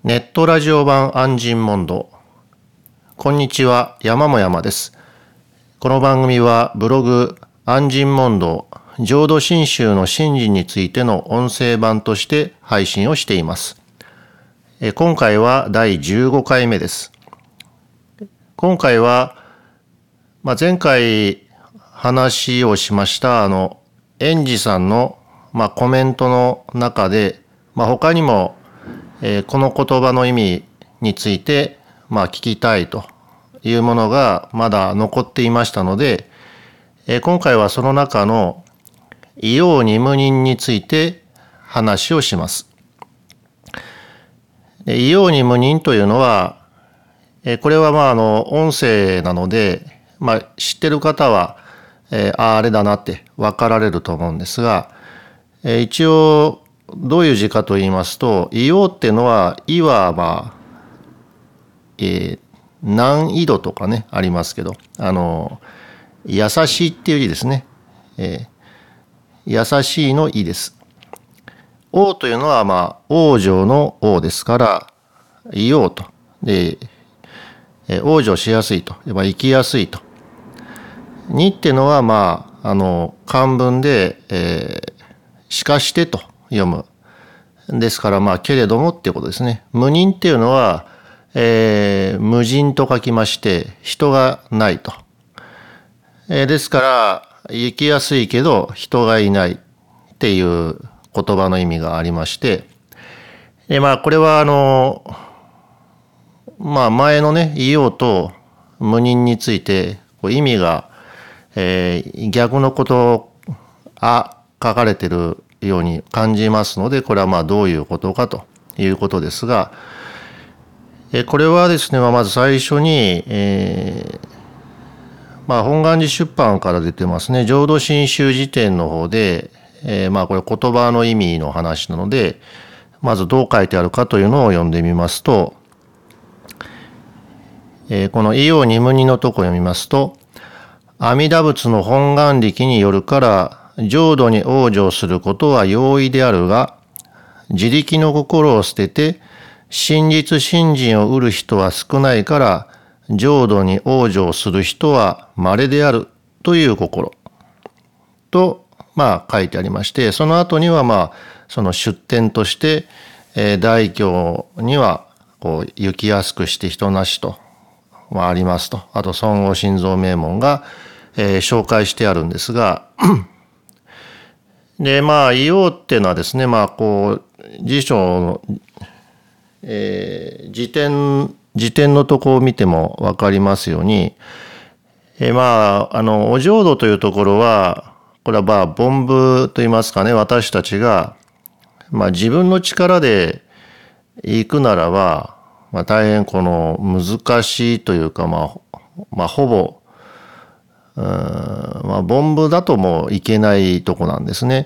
ネットラジオ版安心モンド。こんにちは、山も山です。この番組はブログ安心モンド浄土真宗の真理についての音声版として配信をしています。今回は第15回目です。今回は、前回話をしました円寺さんのコメントの中で、他にもこの言葉の意味について聞きたいというものがまだ残っていましたので、今回はその中の異様二無人について話をします。異様二無人というのは、これは音声なので、知ってる方はあれだなって分かられると思うんですが、一応どういう字かと言いますと、異様っていうのは、異は難易度とかね、ありますけど、優しいっていう字ですね。優しいの異です。王というのは、往生の王ですから、異様と。で、往生しやすいと。生きやすいと。二っていうのは、漢文で、しかしてと読む。ですから、けれどもっていうことですね。無人っていうのは、無人と書きまして、人がないと。ですから、生きやすいけど、人がいないっていう言葉の意味がありまして、これは前のね、異様と無人について、意味が、逆のこと書かれているように感じますので、これはどういうことかということですが、これはですね、まず最初に、本願寺出版から出てますね、浄土真宗辞典の方で、これ言葉の意味の話なので、まずどう書いてあるかというのを読んでみますと、この異様二無二のとこ読みますと、阿弥陀仏の本願力によるから浄土に往生することは容易であるが、自力の心を捨てて真実信心を得る人は少ないから浄土に往生する人は稀であるという心と書いてありまして、その後にはその出典として大経には行きやすくして人なしとありますと、あと尊号心臓名門が紹介してあるんですが、で異様っていうのはですね、辞書の、辞典のとこを見ても分かりますように、お浄土というところは、これは凡夫といいますかね、私たちが、自分の力で行くならば、大変難しいというか、ほぼ、凡夫だともういけないとこなんですね。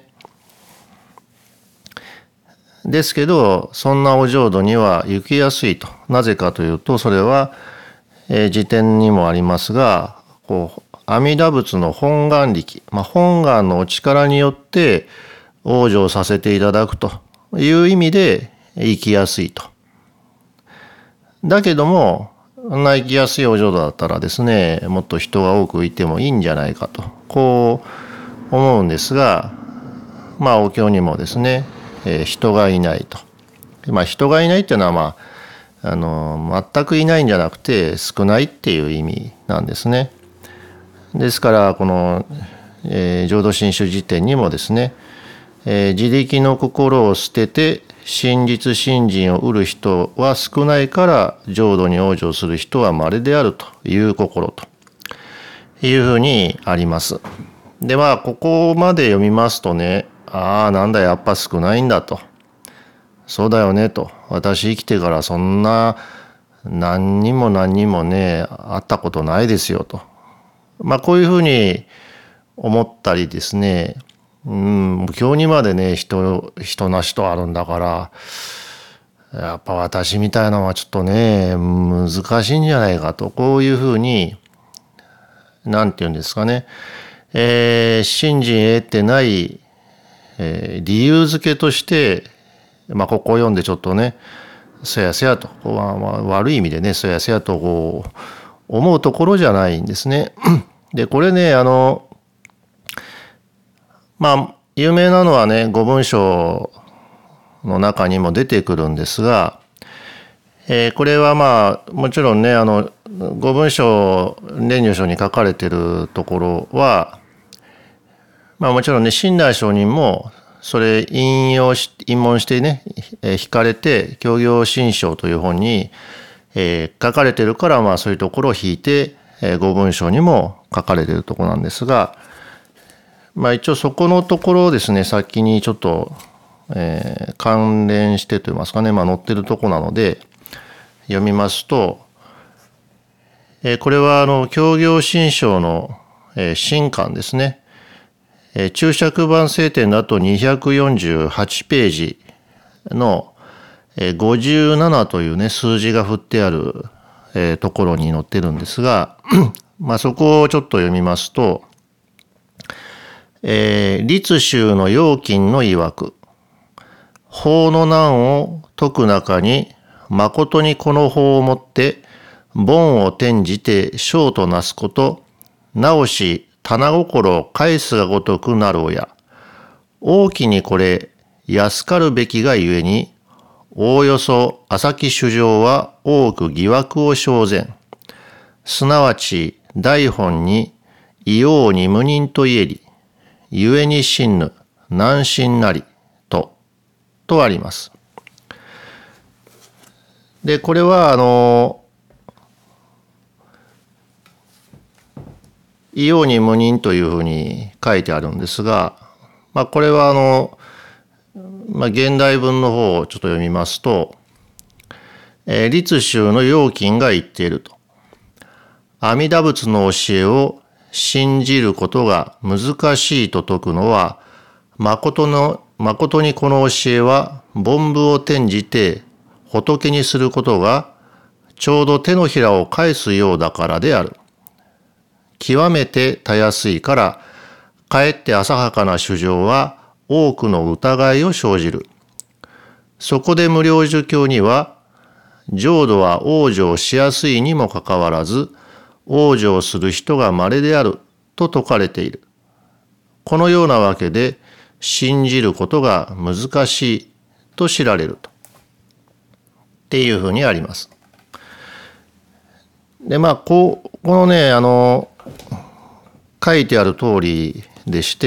ですけど、そんなお浄土には行きやすいと。なぜかというと、それは、辞典にもありますが、阿弥陀仏の本願力、本願のお力によって往生させていただくという意味で行きやすいと。だけども、生きやすいお浄土だったらですね、もっと人が多くいてもいいんじゃないかと、こう思うんですが、お経にもですね、人がいないと。人がいないっていうのは、全くいないんじゃなくて少ないっていう意味なんですね。ですから、この、浄土真宗辞典にもですね、自力の心を捨てて真実信心を得る人は少ないから浄土に往生する人は稀であるという心というふうにあります。でここまで読みますとね、なんだやっぱ少ないんだと。そうだよねと。私生きてからそんな何人もね、会ったことないですよと。こういうふうに思ったりですね、無教にまでね、人なしとあるんだから、やっぱ私みたいなのはちょっとね、難しいんじゃないかと、こういうふうに、なんていうんですかね、信心得てない、理由付けとして、ここを読んでちょっとね、 そやそやと、悪い意味でね、そやそやとこう思うところじゃないんですね。で、これね、有名なのはね、五文書の中にも出てくるんですが、これはもちろんね、五文書蓮如書に書かれているところは、もちろんね、親鸞上人もそれ引問してね、引かれて教行信証という本に、書かれてるから、そういうところを引いて、五文書にも書かれているところなんですが、一応そこのところをですね、先にちょっと、関連してといいますかね、載ってるところなので読みますと、これは教行信証の、新刊ですね。注釈版聖典だと248ページの57というね、数字が振ってあるところに載ってるんですが、そこをちょっと読みますと、律宗の要金の曰く、法の難を解く中に、誠にこの法をもって、凡を転じて小となすこと、なおし、棚心を返すがごとくなろうや、大きにこれ、安かるべきがゆえに、おおよそ浅き主情は多く疑惑を生然。すなわち、大本に、異様に無人と言えり、ゆえに真ぬ、難信なり、とあります。で、これは、異様に無人というふうに書いてあるんですが、これは現代文の方をちょっと読みますと、律宗の要金が言っていると。阿弥陀仏の教えを信じることが難しいと説くのは、誠にこの教えは凡夫を転じて仏にすることがちょうど手のひらを返すようだからである。極めてたやすいから、かえって浅はかな主情は多くの疑いを生じる。そこで無量寿経には、浄土は往生しやすいにもかかわらず、往生する人が稀であると説かれている。このようなわけで、信じることが難しいと知られると。っていうふうにあります。で、このね、書いてある通りでして、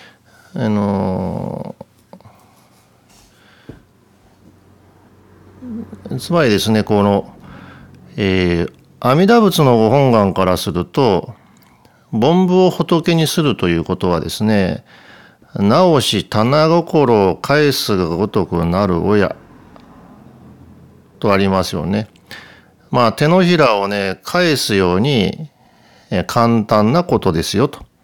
つまりですね、この、阿弥陀仏のご本願からすると、凡夫を仏にするということはですね、なおし棚心を返すがごとくなる親とありますよね。手のひらをね、返すように簡単なことですよと。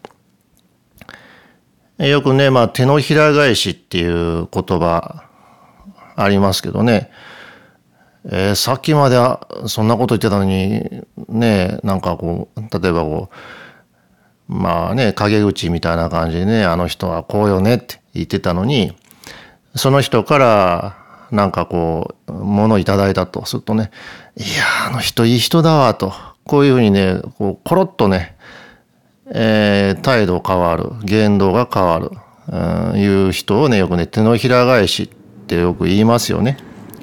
よくね、手のひら返しっていう言葉ありますけどね、さっきまではそんなこと言ってたのに、ね、なんかこう、例えばこう、陰口みたいな感じでね、あの人はこうよねって言ってたのに、その人からなんかこう、物をいただいたとするとね、いや、あの人いい人だわと、こういうふうにね、こうコロッとね、態度変わる、言動が変わる、いう人をね、よくね、手のひら返しってよく言いますよね。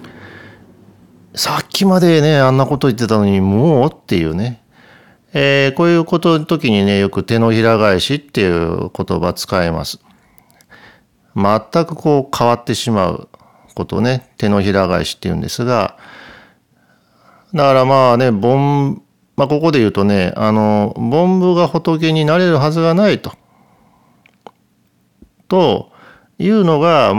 さっきまでね、あんなこと言ってたのに、もうっていうね。こういうことの時にね、よく手のひら返しっていう言葉使います。全くこう変わってしまうことをね、手のひら返しっていうんですが、だからここで言うとね、凡夫が仏になれるはずがないというのが、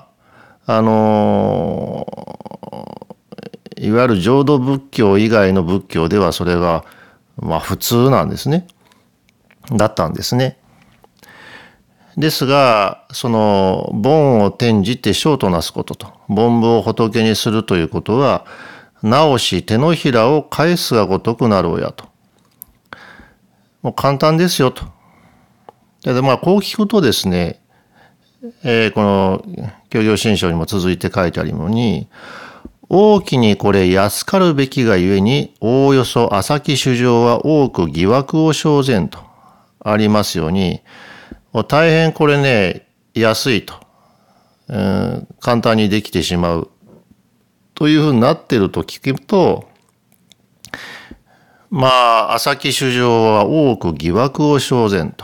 いわゆる浄土仏教以外の仏教ではそれが普通なんですね。だったんですね。ですが、その凡を転じて小となすことと、凡夫を仏にするということは、なおし手のひらを返すがごとくなろうやと。もう簡単ですよと。で、こう聞くとですね、この教行信証にも続いて書いてあるように、 大きにこれ安かるべきがゆえに、おおよそ浅き主情は多く疑惑を生ぜんとありますように、大変これね、安いと、簡単にできてしまうというふうになっていると聞くと、まあ、浅き主情は多く疑惑を生ぜんと。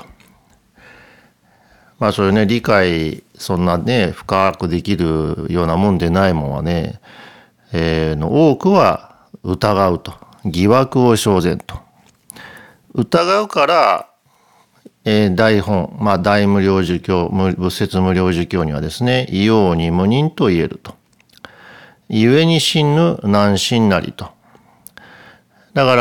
まあ、そういうね、理解、そんなね、深くできるようなもんでないもんはね、の多くは疑うと。疑惑を生ぜんと。疑うから、大本、まあ、大無量寿経、仏説無量寿経にはですね、異様に無人と言えると。故に信ぬ難信なりと。だから、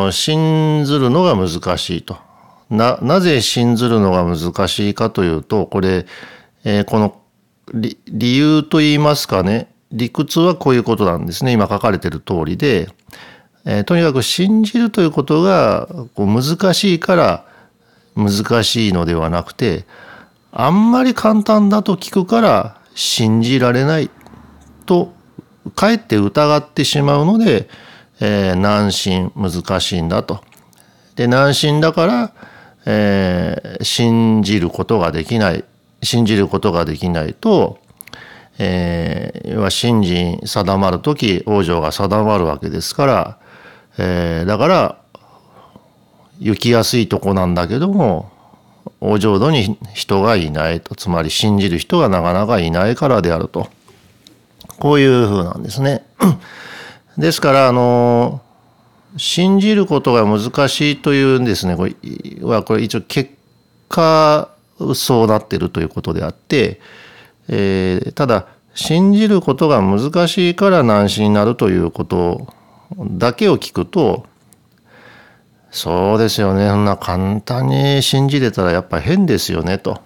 信ずるのが難しいと。なぜ信ずるのが難しいかというと、これ、この理由と言いますかね、理屈はこういうことなんですね。今書かれている通りで、とにかく信じるということがこう難しいから難しいのではなくて、あんまり簡単だと聞くから信じられないと、かえって疑ってしまうので、難信、難しいんだと。で、難信だから、信じることができない。信じることができないと、要は信心定まるとき、往生が定まるわけですから、だから、行きやすいとこなんだけども、往生度に人がいないと。つまり信じる人がなかなかいないからであると。こういうふうなんですね。ですから、信じることが難しいというんですね、これ一応結果そうなっているということであって、ただ信じることが難しいから難信になるということだけを聞くと、そうですよね、そんな簡単に信じれたらやっぱ変ですよねと。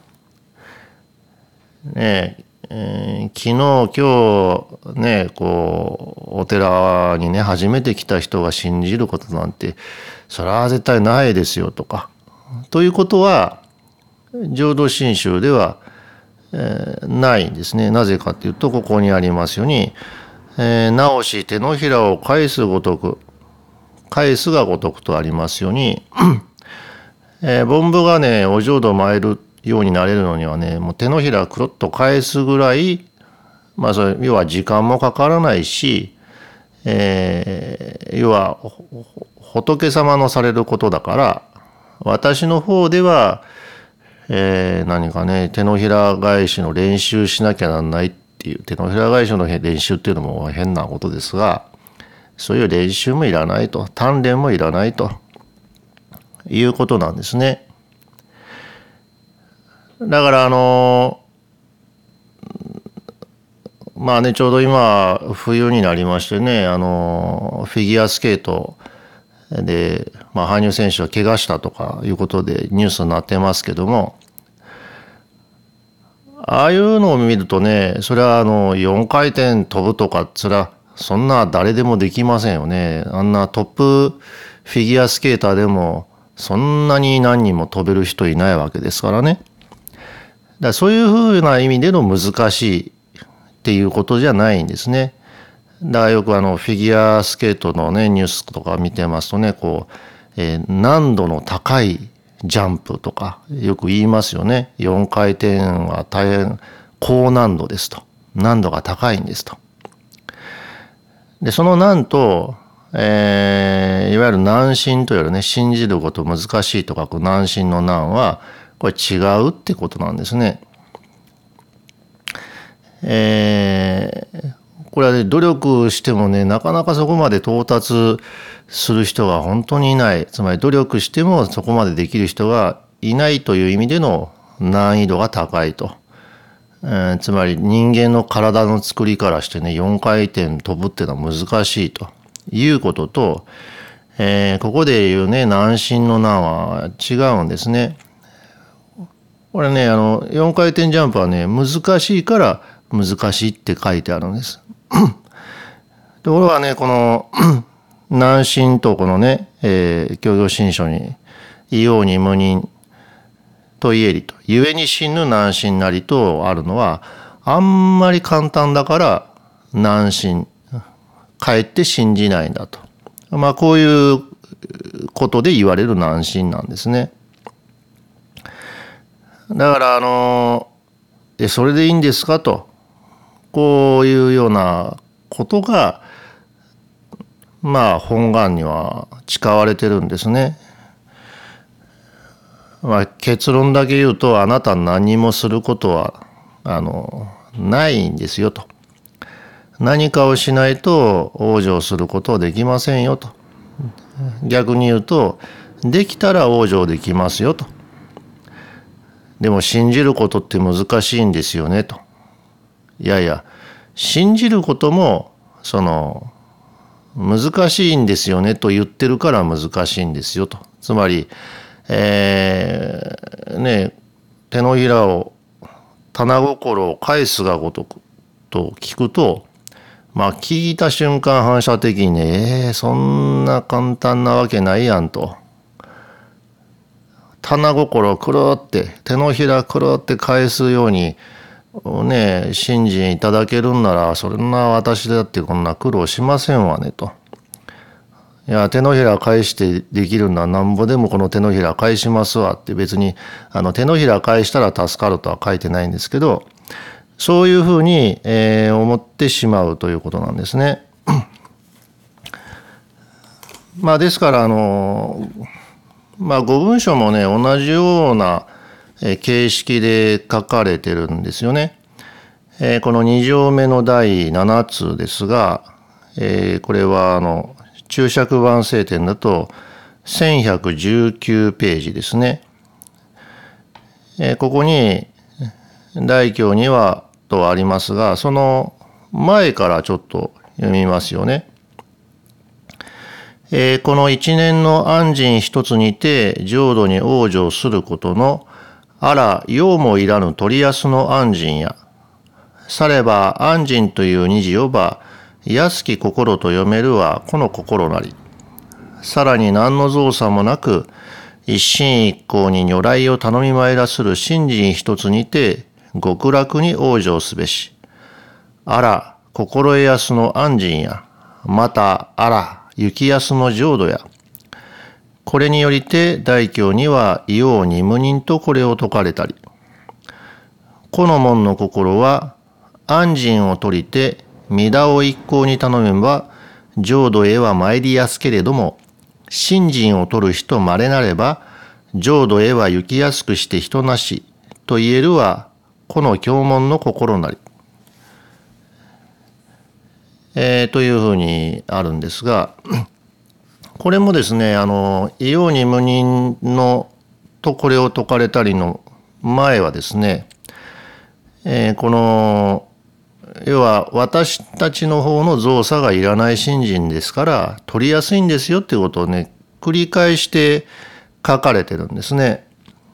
ねえ、昨日今日ね、こうお寺にね初めて来た人が信じることなんてそれは絶対ないですよとか、ということは浄土真宗では、ないんですね。なぜかというとここにありますように、直し手のひらを返すごとく、返すがごとくとありますように、凡夫がねお浄土参るようになれるのにはね、もう手のひらくるっと返すぐらい、まあそれ要は時間もかからないし、要は仏様のされることだから、私の方では、何かね手のひら返しの練習しなきゃなんないっていう、手のひら返しの練習っていうのも変なことですが、そういう練習もいらないと、鍛錬もいらないということなんですね。だからまあね、ちょうど今冬になりましてね、フィギュアスケートで、まあ、羽生選手は怪我したとかいうことでニュースになってますけども、ああいうのを見るとね、それは4回転飛ぶとか、そんな誰でもできませんよね。あんなトップフィギュアスケーターでもそんなに何人も飛べる人いないわけですからね。だからそういうふうな意味での難しいっていうことじゃないんですね。だからよくフィギュアスケートのねニュースとか見てますとね、こう、難度の高いジャンプとかよく言いますよね。4回転は大変高難度ですと。難度が高いんですと。で、その難と、いわゆる難信というよりね、信じること難しいと書く難信の難は、これ違うってことなんですね。これはね、努力してもね、なかなかそこまで到達する人が本当にいない。つまり努力してもそこまでできる人がいないという意味での難易度が高いと。つまり人間の体の作りからしてね、4回転飛ぶっていうのは難しいということと、ここで言うね、難信の難は違うんですね。これね、4回転ジャンプはね、難しいから難しいって書いてあるんです。ところがね、この難信とこのね、教行信書に異様に無人と言えりと、故に信ぬ難信なりとあるのは、あんまり簡単だから難信、 かえって信じないんだと。こういうことで言われる南進なんですね。だからそれでいいんですかと、こういうようなことが本願には誓われてるんですね。結論だけ言うと、あなた何もすることはないんですよと。何かをしないと往生することはできませんよと。逆に言うと、できたら往生できますよと。でも信じることって難しいんですよねと。いやいや、信じることも難しいんですよねと言ってるから難しいんですよと。つまり、手のひらを棚心を返すがごとくと聞くと、聞いた瞬間反射的にね、そんな簡単なわけないやんと。棚心をくるって手のひらくるって返すように信心いただけるんなら、そんな私だってこんな苦労しませんわねと。いや、手のひら返してできるんだ、なんぼでもこの手のひら返しますわって、別に手のひら返したら助かるとは書いてないんですけど、そういうふうに、思ってしまうということなんですね。ですから御文書もね、同じような形式で書かれてるんですよね。この2条目の第7つですが、これは注釈版聖典だと1119ページですね。ここに大経にはとありますが、その前からちょっと読みますよね。この一年の安心一つにて浄土に往生することのあら用もいらぬ取安の安心や、されば安心という二字をば安き心と読めるはこの心なり。さらに何の造作もなく一心一行に如来を頼みまいらする信心一つにて極楽に往生すべし。あら心得安の安心や、またあら行き安の浄土や。これによりて大経には異様に無人とこれを説かれたり。この門の心は安心を取りて御田を一向に頼めば浄土へは参りやすけれども、信心を取る人まれなれば浄土へは行きやすくして人なしと言えるはこの経文の心なり。というふうにあるんですが、これもですね、異様に無人のとこれを説かれたりの前はですね、この要は私たちの方の造作がいらない信心ですから取りやすいんですよっていうことをね、繰り返して書かれてるんですね。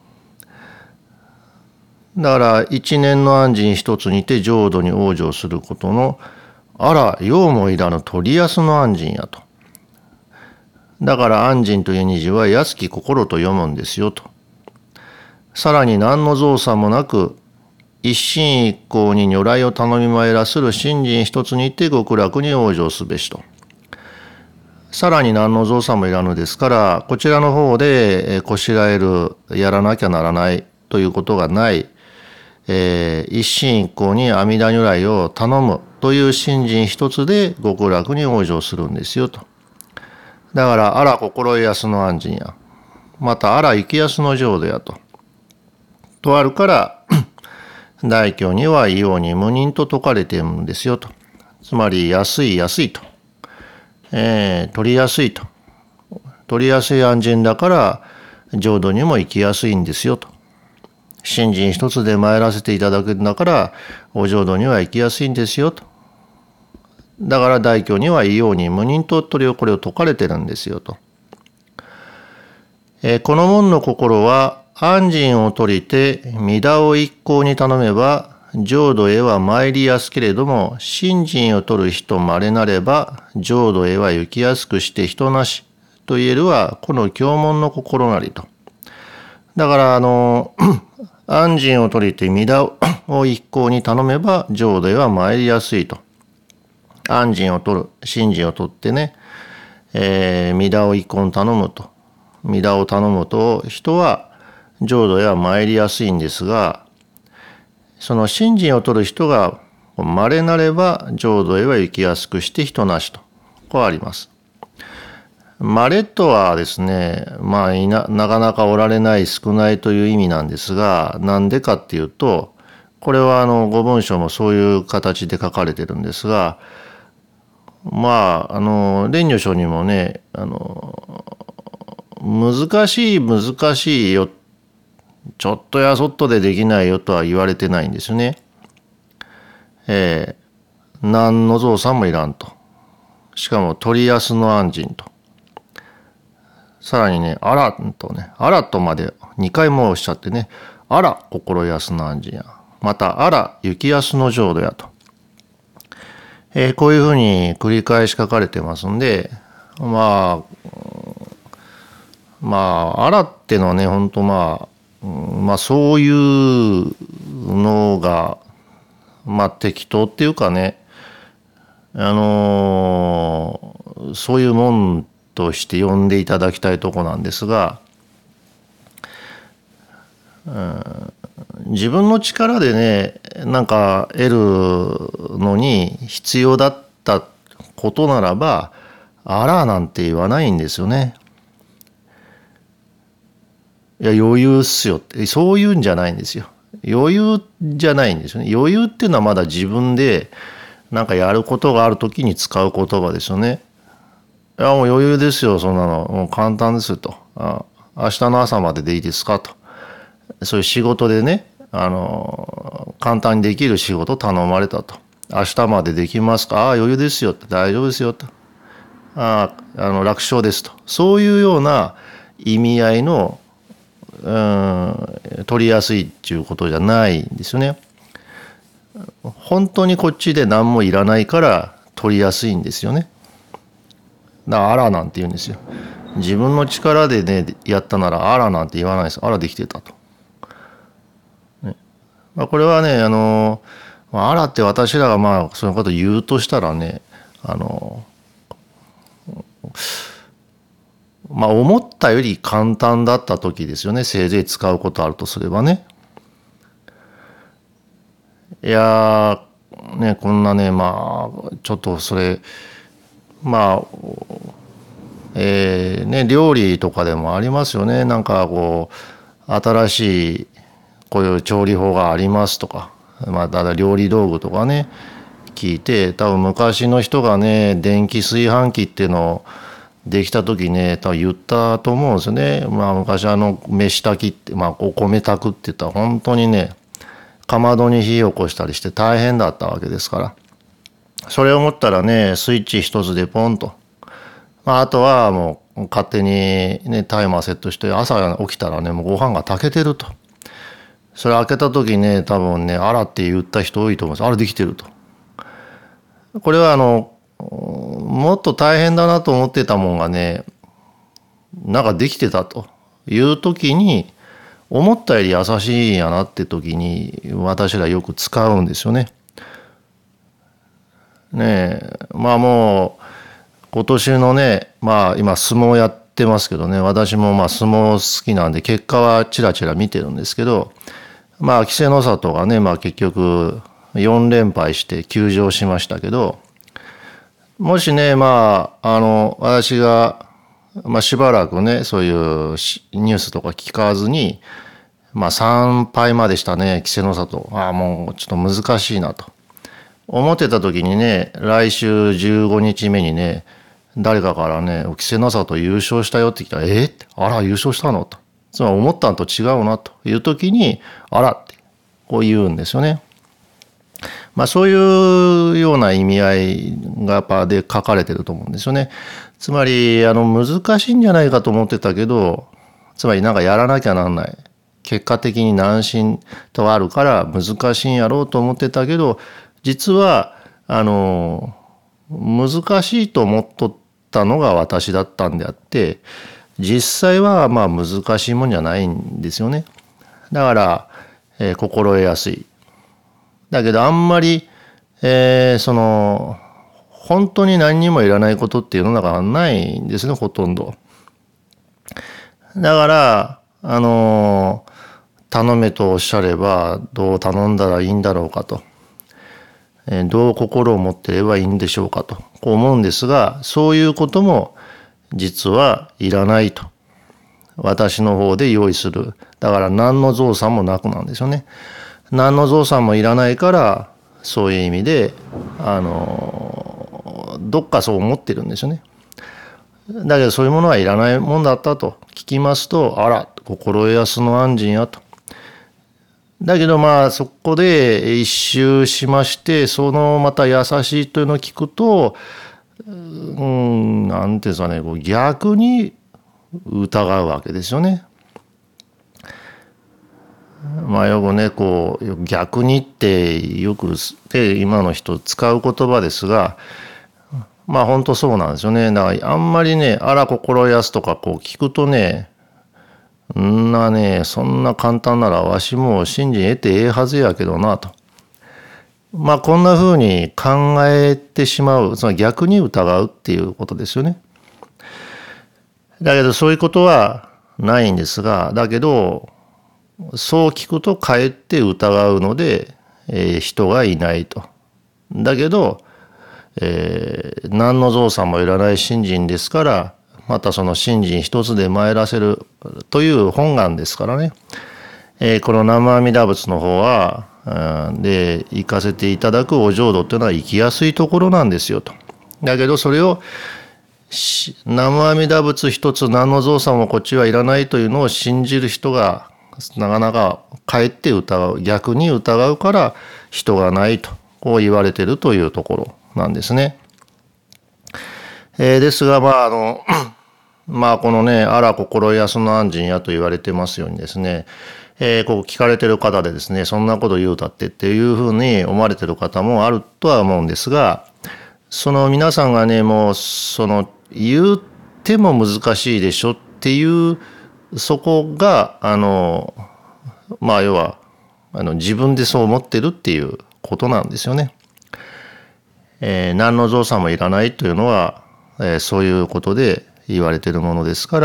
だから一年の安心一つにて浄土に往生することのあら用もいらぬ取り安の安心やと。だから安心という二字は安き心と読むんですよと。さらに何の造作もなく一心一行に如来を頼みまいらする信心一つにて極楽に往生すべしと。さらに何の造作もいらぬですから、こちらの方でこしらえる、やらなきゃならないということがない、一心一行に阿弥陀如来を頼むという信心一つで極楽に往生するんですよと。だからあら心得安の安心や、またあら行き安の浄土やとあるから大経には異様に無人と説かれているんですよと。つまり安いと、取りやすいと、取りやすい安心だから浄土にも行きやすいんですよと。信心一つで参らせていただくんだからお浄土には行きやすいんですよと。だから大経には異様に無人とこれを説かれてるんですよと。この門の心は安心を取りて御田を一向に頼めば浄土へは参りやすけれども、信心を取る人まれなれば浄土へは行きやすくして人なしと言えるはこの経文の心なりと。だから安心を取りて御田を一向に頼めば浄土へは参りやすいと。 安心を取る、信心を取ってね、弥陀を一献頼むと。弥陀を頼むと、人は浄土へは参りやすいんですが、その信心を取る人が稀なれば浄土へは行きやすくして人なしと。こうあります。稀とはですね、なかなかおられない、少ないという意味なんですが、なんでかっていうと、これはご文章もそういう形で書かれてるんですが、蓮如上にもね、難しいよ、ちょっとやそっとでできないよとは言われてないんですよね。何の造作もいらんと。しかも取りやすの安心と。さらにね、あらとまで2回もおっしゃってね、あら心安の安心や。また、あら行きやすの浄土やと。こういうふうに繰り返し書かれてますんで、あらってのはね、本当そういうのが、適当っていうかね、そういうもんとして呼んでいただきたいとこなんですが、自分の力でね、なんか得るのに必要だったことならば、あらなんて言わないんですよね。いや、余裕っすよって、そういうんじゃないんですよ。余裕じゃないんですよね。余裕っていうのはまだ自分でなんかやることがあるときに使う言葉ですよね。いや、もう余裕ですよ、そんなの。もう簡単ですと。明日の朝まででいいですかと。そういう仕事でね、簡単にできる仕事頼まれたと。明日までできますか？余裕ですよって、大丈夫ですよと。楽勝ですと。そういうような意味合いの、取りやすいっていうことじゃないんですよね。本当にこっちで何もいらないから取りやすいんですよね。だからあらなんて言うんですよ。自分の力でね、やったならあらなんて言わないです。あらできてたと。これはね、あらって私らがそういうことを言うとしたらね、思ったより簡単だった時ですよね。せいぜい使うことあるとすればね。いやー、ね、こんなね、ちょっとそれ、料理とかでもありますよね。なんかこう、新しいこういう調理法がありますとか、ただ料理道具とかね、聞いて、多分昔の人がね、電気炊飯器っていうのをできた時ね、多分言ったと思うんですよね。昔飯炊きって、お米炊くって言ったら本当にね、かまどに火を起こしたりして大変だったわけですから。それを思ったらね、スイッチ一つでポンと。あとはもう勝手にね、タイマーセットして朝起きたらね、もうご飯が炊けてると。それ開けた時ね、多分ね、あらって言った人多いと思うんです。あらできてると。これはもっと大変だなと思ってたもんがね、なんかできてたという時に、思ったより優しいんやなって時に、私らよく使うんですよね。ねえ、もう、今年のね、今相撲やってますけどね、私も相撲好きなんで、結果はちらちら見てるんですけど、稀勢の里がね、結局4連敗して休場しましたけど、もしね、私が、しばらくね、そういうニュースとか聞かずに、3敗までしたね、稀勢の里。もうちょっと難しいなと。思ってた時にね、来週15日目にね、誰かからね、稀勢の里優勝したよって聞いたら、って、あら、優勝したのと。つまり思ったのと違うなという時に、あらって、こう言うんですよね。そういうような意味合いがやっぱで書かれてると思うんですよね。つまり、難しいんじゃないかと思ってたけど、つまりなんかやらなきゃなんない。結果的に難心とあるから難しいんやろうと思ってたけど、実は、難しいと思っとったのが私だったんであって、実際は難しいもんじゃないんですよね。だから、心得やすい。だけどあんまり、 本当に何にもいらないことっていうのがないんですね、ほとんど。だから、頼めとおっしゃれば、どう頼んだらいいんだろうかと。どう心を持っていればいいんでしょうかと、こう思うんですが、そういうことも実はいらないと。私の方で用意する。だから何の増産もなくなんですよね。何の増産もいらないから、そういう意味で、どっかそう思ってるんですよね。だけどそういうものはいらないもんだったと聞きますと、あら、心安の安心やと。だけどまあそこで一周しまして、そのまた優しいというのを聞くと、なんていうんですかね、逆に疑うわけですよね。まあよくね、逆にってよく今の人使う言葉ですが、まあ本当そうなんですよね。だからあんまりね、あら心安とか聞くとね、そんな簡単ならわしも信心得てええはずやけどなと。まあこんな風に考えてしまう、その逆に疑うっていうことですよね。だけどそういうことはないんですが、だけどそう聞くとかえって疑うので、人がいないと。だけど、何の増産もいらない信心ですから、またその信心一つで参らせるという本願ですからね。この南無阿弥陀仏の方は、で行かせていただくお浄土っていうのは行きやすいところなんですよと。だけどそれを南無阿弥陀仏一つ何の増産もこっちはいらないというのを信じる人がなかなかかえって疑う、逆に疑うから人がないとこう言われているというところなんですね。ですがまあこのね、あら心安の安心やと言われてますようにですね、聞かれてる方でですね、そんなこと言うたっていうふうに思われてる方もあるとは思うんですが、その皆さんがね、もう言っても難しいでしょっていうそこがまあ要は自分でそう思ってるっていうことなんですよね。何の増産もいらないというのは、そういうことで言われているものですから、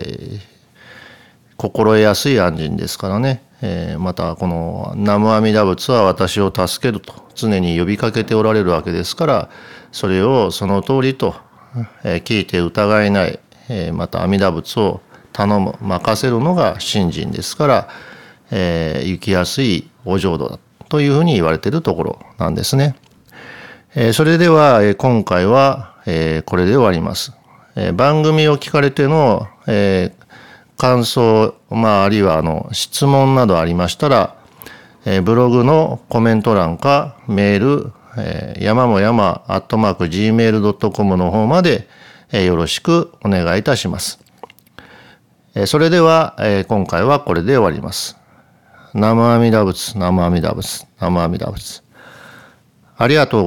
心得やすい安心ですからね。またこの南無阿弥陀仏は私を助けると常に呼びかけておられるわけですから、それをその通りと聞いて疑いない、また阿弥陀仏を頼む任せるのが信心ですから、行きやすいお浄土だというふうに言われているところなんですね。それでは今回はこれで終わります。番組を聞かれての感想、あるいは質問などありましたら、ブログのコメント欄かメール、山も山@gmail.com の方までよろしくお願いいたします。それでは今回はこれで終わります。南無阿弥陀仏、南無阿弥陀仏、南無阿弥陀仏。ありがとうございます。